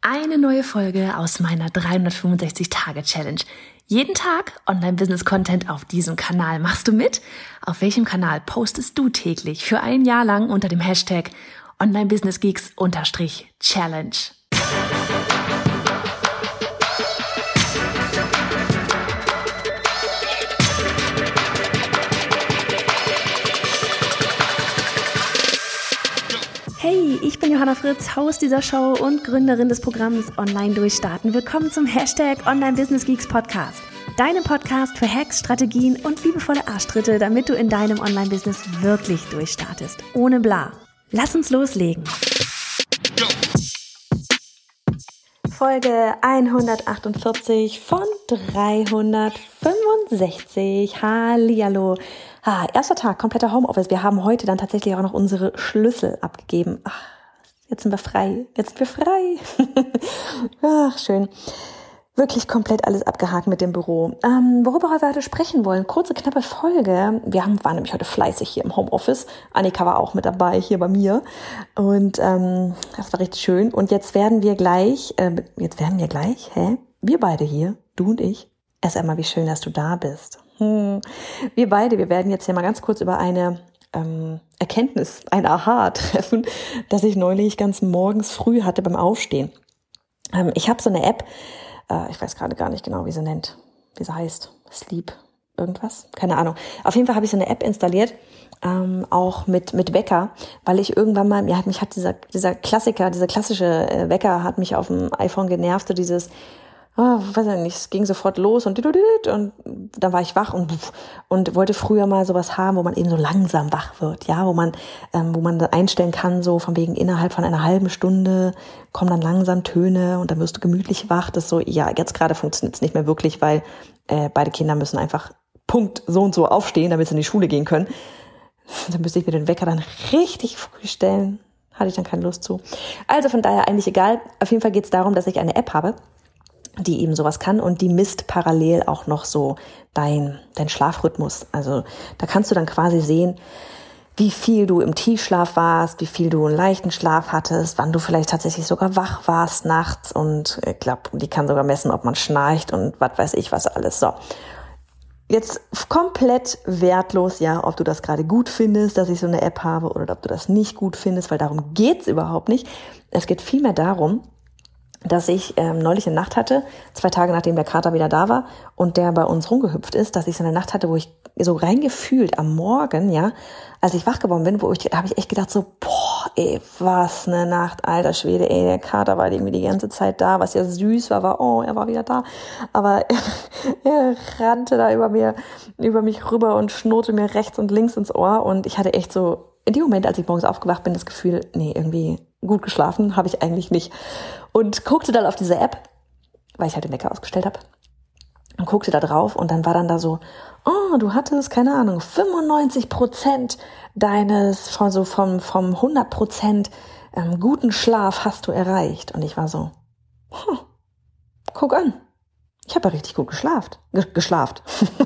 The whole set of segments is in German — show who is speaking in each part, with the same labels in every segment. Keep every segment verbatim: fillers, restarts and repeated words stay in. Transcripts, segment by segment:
Speaker 1: Eine neue Folge aus meiner dreihundertfünfundsechzig-Tage-Challenge. Jeden Tag Online-Business-Content auf diesem Kanal. Machst du mit? Auf welchem Kanal postest du täglich für ein Jahr lang unter dem Hashtag Online-Business-Geeks-Challenge? Hey, ich bin Johanna Fritz, Host dieser Show und Gründerin des Programms Online Durchstarten. Willkommen zum Hashtag Online Business Geeks Podcast. Deinem Podcast für Hacks, Strategien und liebevolle Arschtritte, damit du in deinem Online-Business wirklich durchstartest. Ohne bla. Lass uns loslegen. Folge hundertachtundvierzig von dreihundertfünfundsechzig. Hallihallo. Ah, erster Tag, kompletter Homeoffice. Wir haben heute dann tatsächlich auch noch unsere Schlüssel abgegeben. Ach, jetzt sind wir frei. Jetzt sind wir frei. Ach, schön. Wirklich komplett alles abgehakt mit dem Büro. Ähm, worüber wir heute sprechen wollen, kurze, knappe Folge. Wir haben, waren nämlich heute fleißig hier im Homeoffice. Annika war auch mit dabei hier bei mir. Und ähm, das war richtig schön. Und jetzt werden wir gleich, äh, jetzt werden wir gleich, hä? Wir beide hier, du und ich. Erst einmal, wie schön, dass du da bist. Hm. Wir beide, wir werden jetzt hier mal ganz kurz über eine ähm, Erkenntnis, ein Aha treffen, das ich neulich ganz morgens früh hatte beim Aufstehen. Ähm, ich habe so eine App, äh, ich weiß gerade gar nicht genau, wie sie nennt, wie sie heißt, Sleep, irgendwas, keine Ahnung. Auf jeden Fall habe ich so eine App installiert, ähm, auch mit mit Wecker, weil ich irgendwann mal, ja, mich hat dieser dieser Klassiker, dieser klassische äh, Wecker hat mich auf dem iPhone genervt, so dieses Oh, weiß ich nicht, es ging sofort los und und dann war ich wach und und wollte früher mal sowas haben, wo man eben so langsam wach wird, ja, wo man ähm, wo man einstellen kann, so von wegen innerhalb von einer halben Stunde kommen dann langsam Töne und dann wirst du gemütlich wach. Das so, ja, jetzt gerade funktioniert es nicht mehr wirklich, weil äh, beide Kinder müssen einfach Punkt so und so aufstehen, damit sie in die Schule gehen können. Dann müsste ich mir den Wecker dann richtig früh stellen, hatte ich dann keine Lust zu. Also von daher eigentlich egal. Auf jeden Fall geht es darum, dass ich eine App habe, die eben sowas kann und die misst parallel auch noch so dein, dein Schlafrhythmus. Also da kannst du dann quasi sehen, wie viel du im Tiefschlaf warst, wie viel du einen leichten Schlaf hattest, wann du vielleicht tatsächlich sogar wach warst nachts und ich glaube, die kann sogar messen, ob man schnarcht und was weiß ich was alles. So, jetzt komplett wertlos, ja, ob du das gerade gut findest, dass ich so eine App habe oder ob du das nicht gut findest, weil darum geht's überhaupt nicht. Es geht vielmehr darum, dass ich ähm, neulich eine Nacht hatte, zwei Tage nachdem der Kater wieder da war und der bei uns rumgehüpft ist, dass ich so eine Nacht hatte, wo ich so reingefühlt am Morgen, ja, als ich wach geworden bin, wo ich, da habe ich echt gedacht so, boah, ey, was eine Nacht, alter Schwede, ey, der Kater war irgendwie die ganze Zeit da, was ja süß war, war, oh, er war wieder da, aber er, er rannte da über mir, über mich rüber und schnurrte mir rechts und links ins Ohr und ich hatte echt so, in dem Moment, als ich morgens aufgewacht bin, das Gefühl, nee, irgendwie gut geschlafen habe ich eigentlich nicht. Und guckte dann auf diese App, weil ich halt den Wecker ausgestellt habe, und guckte da drauf und dann war dann da so, oh, du hattest, keine Ahnung, fünfundneunzig Prozent deines, von so vom, vom hundert Prozent ähm, guten Schlaf hast du erreicht. Und ich war so, hm, guck an, ich habe ja richtig gut geschlaft, Ge- geschlaft.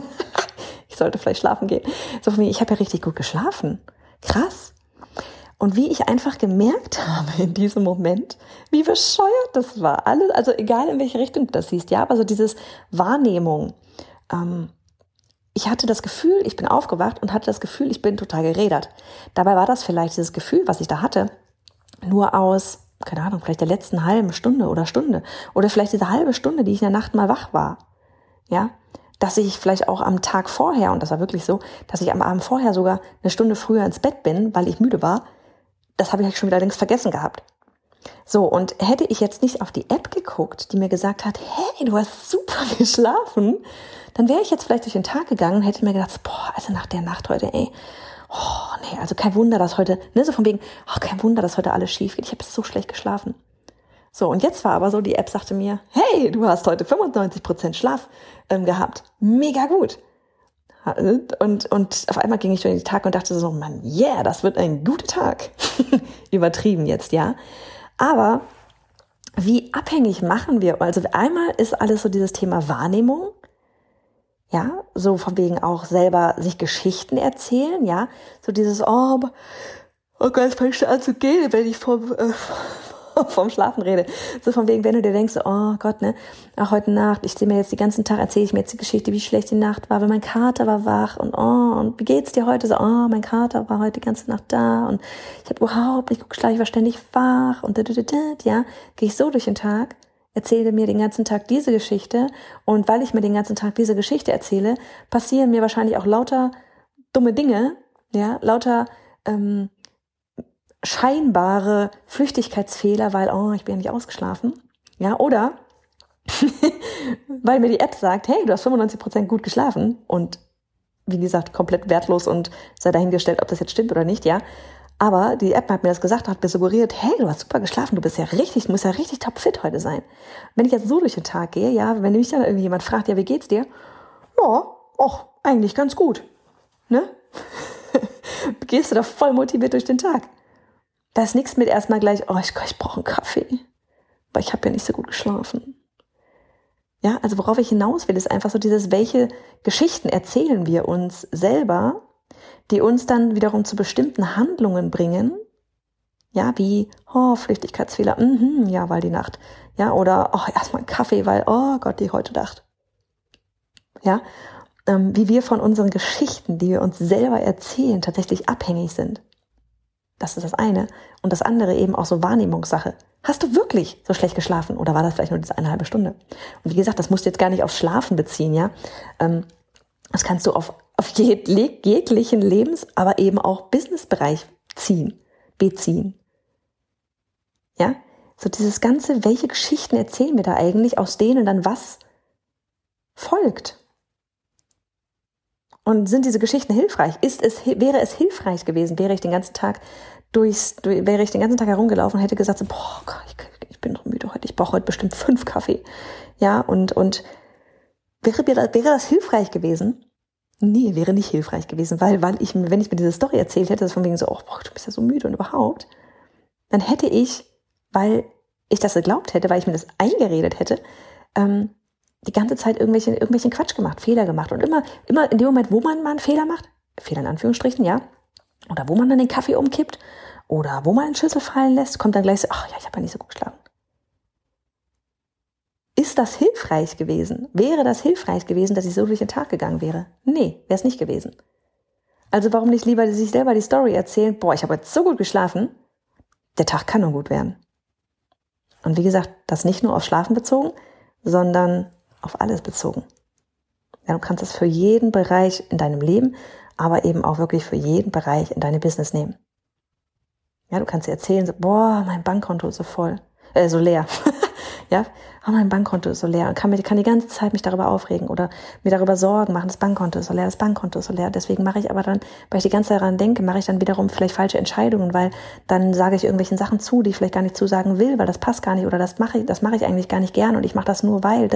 Speaker 1: Ich sollte vielleicht schlafen gehen. So von mir, ich habe ja richtig gut geschlafen. Krass. Und wie ich einfach gemerkt habe in diesem Moment, wie bescheuert das war. Alles, also egal in welche Richtung du das siehst, ja, aber so dieses Wahrnehmung. Ähm, ich hatte das Gefühl, ich bin aufgewacht und hatte das Gefühl, ich bin total gerädert. Dabei war das vielleicht dieses Gefühl, was ich da hatte, nur aus, keine Ahnung, vielleicht der letzten halben Stunde oder Stunde. Oder vielleicht diese halbe Stunde, die ich in der Nacht mal wach war. Ja, dass ich vielleicht auch am Tag vorher, und das war wirklich so, dass ich am Abend vorher sogar eine Stunde früher ins Bett bin, weil ich müde war. Das habe ich schon wieder längst vergessen gehabt. So, und hätte ich jetzt nicht auf die App geguckt, die mir gesagt hat, hey, du hast super geschlafen, dann wäre ich jetzt vielleicht durch den Tag gegangen und hätte mir gedacht, boah, also nach der Nacht heute, ey, oh, nee, also kein Wunder, dass heute, ne, so von wegen, oh, kein Wunder, dass heute alles schief geht, ich habe so schlecht geschlafen. So, und jetzt war aber so, die App sagte mir, hey, du hast heute fünfundneunzig Prozent Schlaf ähm, gehabt, mega gut. Und, und auf einmal ging ich durch den Tag und dachte so, Mann, yeah, das wird ein guter Tag. Übertrieben jetzt, ja. Aber wie abhängig machen wir? Also einmal ist alles so dieses Thema Wahrnehmung, ja, so von wegen auch selber sich Geschichten erzählen, ja. So dieses, oh, oh Gott, es fängt schon an zu gehen, wenn ich vom, äh, vom Schlafen rede. So von wegen, wenn du dir denkst, oh Gott, ne, auch heute Nacht, ich sehe mir jetzt den ganzen Tag, erzähle ich mir jetzt die Geschichte, wie schlecht die Nacht war, weil mein Kater war wach und oh, und wie geht's dir heute? So, oh, mein Kater war heute die ganze Nacht da und ich habe überhaupt nicht gut geschlafen, ich war ständig wach und ja, gehe ich so durch den Tag, erzähle mir den ganzen Tag diese Geschichte und weil ich mir den ganzen Tag diese Geschichte erzähle, passieren mir wahrscheinlich auch lauter dumme Dinge, ja, lauter ähm, scheinbare Flüchtigkeitsfehler, weil, oh, ich bin ja nicht ausgeschlafen, ja, oder weil mir die App sagt, hey, du hast fünfundneunzig Prozent gut geschlafen und wie gesagt, komplett wertlos und sei dahingestellt, ob das jetzt stimmt oder nicht, ja, aber die App hat mir das gesagt, hat mir suggeriert, hey, du hast super geschlafen, du bist ja richtig, du musst ja richtig topfit heute sein. Wenn ich jetzt so durch den Tag gehe, ja, wenn mich dann irgendjemand fragt, ja, wie geht's dir? Ja, och, eigentlich ganz gut, ne? Gehst du da voll motiviert durch den Tag. Da ist nichts mit erstmal gleich, oh, ich, ich brauche einen Kaffee, weil ich habe ja nicht so gut geschlafen. Ja, also worauf ich hinaus will, ist einfach so dieses, welche Geschichten erzählen wir uns selber, die uns dann wiederum zu bestimmten Handlungen bringen, ja, wie, oh, Flüchtigkeitsfehler, mhm, ja, weil die Nacht, ja, oder, oh, erstmal einen Kaffee, weil, oh Gott, die heute Nacht. Ja, ähm, wie wir von unseren Geschichten, die wir uns selber erzählen, tatsächlich abhängig sind. Das ist das eine. Und das andere eben auch so Wahrnehmungssache. Hast du wirklich so schlecht geschlafen? Oder war das vielleicht nur diese eine halbe Stunde? Und wie gesagt, das musst du jetzt gar nicht aufs Schlafen beziehen, ja. Ähm, das kannst du auf, auf jeg- jeglichen Lebens-, aber eben auch Businessbereich ziehen, beziehen. Ja? So dieses Ganze, welche Geschichten erzählen wir da eigentlich, aus denen dann was folgt? Und sind diese Geschichten hilfreich? Ist es, wäre es hilfreich gewesen, wäre ich den ganzen Tag durchs, durch, wäre ich den ganzen Tag herumgelaufen und hätte gesagt, so, boah, ich, ich bin noch müde heute, ich brauche heute bestimmt fünf Kaffee. Ja, und, und wäre, wäre das hilfreich gewesen? Nee, wäre nicht hilfreich gewesen, weil, weil ich, wenn ich mir diese Story erzählt hätte, das von wegen so, oh, boah, du bist ja so müde und überhaupt, dann hätte ich, weil ich das geglaubt hätte, weil ich mir das eingeredet hätte, ähm, die ganze Zeit irgendwelche, irgendwelchen Quatsch gemacht, Fehler gemacht. Und immer, immer in dem Moment, wo man mal einen Fehler macht, Fehler in Anführungsstrichen, ja, oder wo man dann den Kaffee umkippt, oder wo man einen Schüssel fallen lässt, kommt dann gleich so, ach ja, ich habe ja nicht so gut geschlafen. Ist das hilfreich gewesen? Wäre das hilfreich gewesen, dass ich so durch den Tag gegangen wäre? Nee, wäre es nicht gewesen. Also warum nicht lieber sich selber die Story erzählen, boah, ich habe jetzt so gut geschlafen, der Tag kann nur gut werden. Und wie gesagt, das nicht nur auf Schlafen bezogen, sondern auf alles bezogen. Ja, du kannst es für jeden Bereich in deinem Leben, aber eben auch wirklich für jeden Bereich in deinem Business nehmen. Ja, du kannst dir erzählen, so, boah, mein Bankkonto ist so voll, äh, so leer. Ja, oh, mein Bankkonto ist so leer und kann, mich, kann die ganze Zeit mich darüber aufregen oder mir darüber Sorgen machen, das Bankkonto ist so leer, das Bankkonto ist so leer. Deswegen mache ich aber dann, weil ich die ganze Zeit daran denke, mache ich dann wiederum vielleicht falsche Entscheidungen, weil dann sage ich irgendwelchen Sachen zu, die ich vielleicht gar nicht zusagen will, weil das passt gar nicht oder das mache ich, das mache ich eigentlich gar nicht gern und ich mache das nur, weil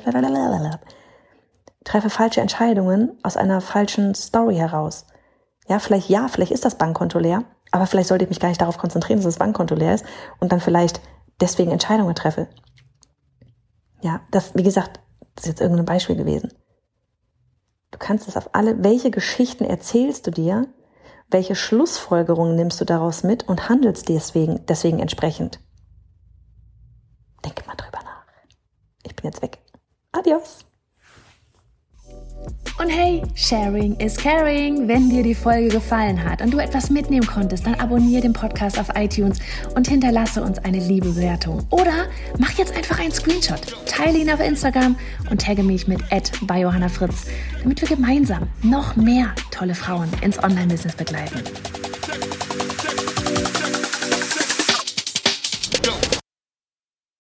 Speaker 1: treffe falsche Entscheidungen aus einer falschen Story heraus. Ja, vielleicht ja, vielleicht ist das Bankkonto leer, aber vielleicht sollte ich mich gar nicht darauf konzentrieren, dass das Bankkonto leer ist und dann vielleicht deswegen Entscheidungen treffe. Ja, das, wie gesagt, das ist jetzt irgendein Beispiel gewesen. Du kannst es auf alle, welche Geschichten erzählst du dir, welche Schlussfolgerungen nimmst du daraus mit und handelst deswegen, deswegen entsprechend. Denke mal drüber nach. Ich bin jetzt weg. Adios.
Speaker 2: Und hey, Sharing is Caring. Wenn dir die Folge gefallen hat und du etwas mitnehmen konntest, dann abonniere den Podcast auf iTunes und hinterlasse uns eine liebe Bewertung. Oder mach jetzt einfach einen Screenshot, teile ihn auf Instagram und tagge mich mit at bei Johanna Fritz, damit wir gemeinsam noch mehr tolle Frauen ins Online-Business begleiten.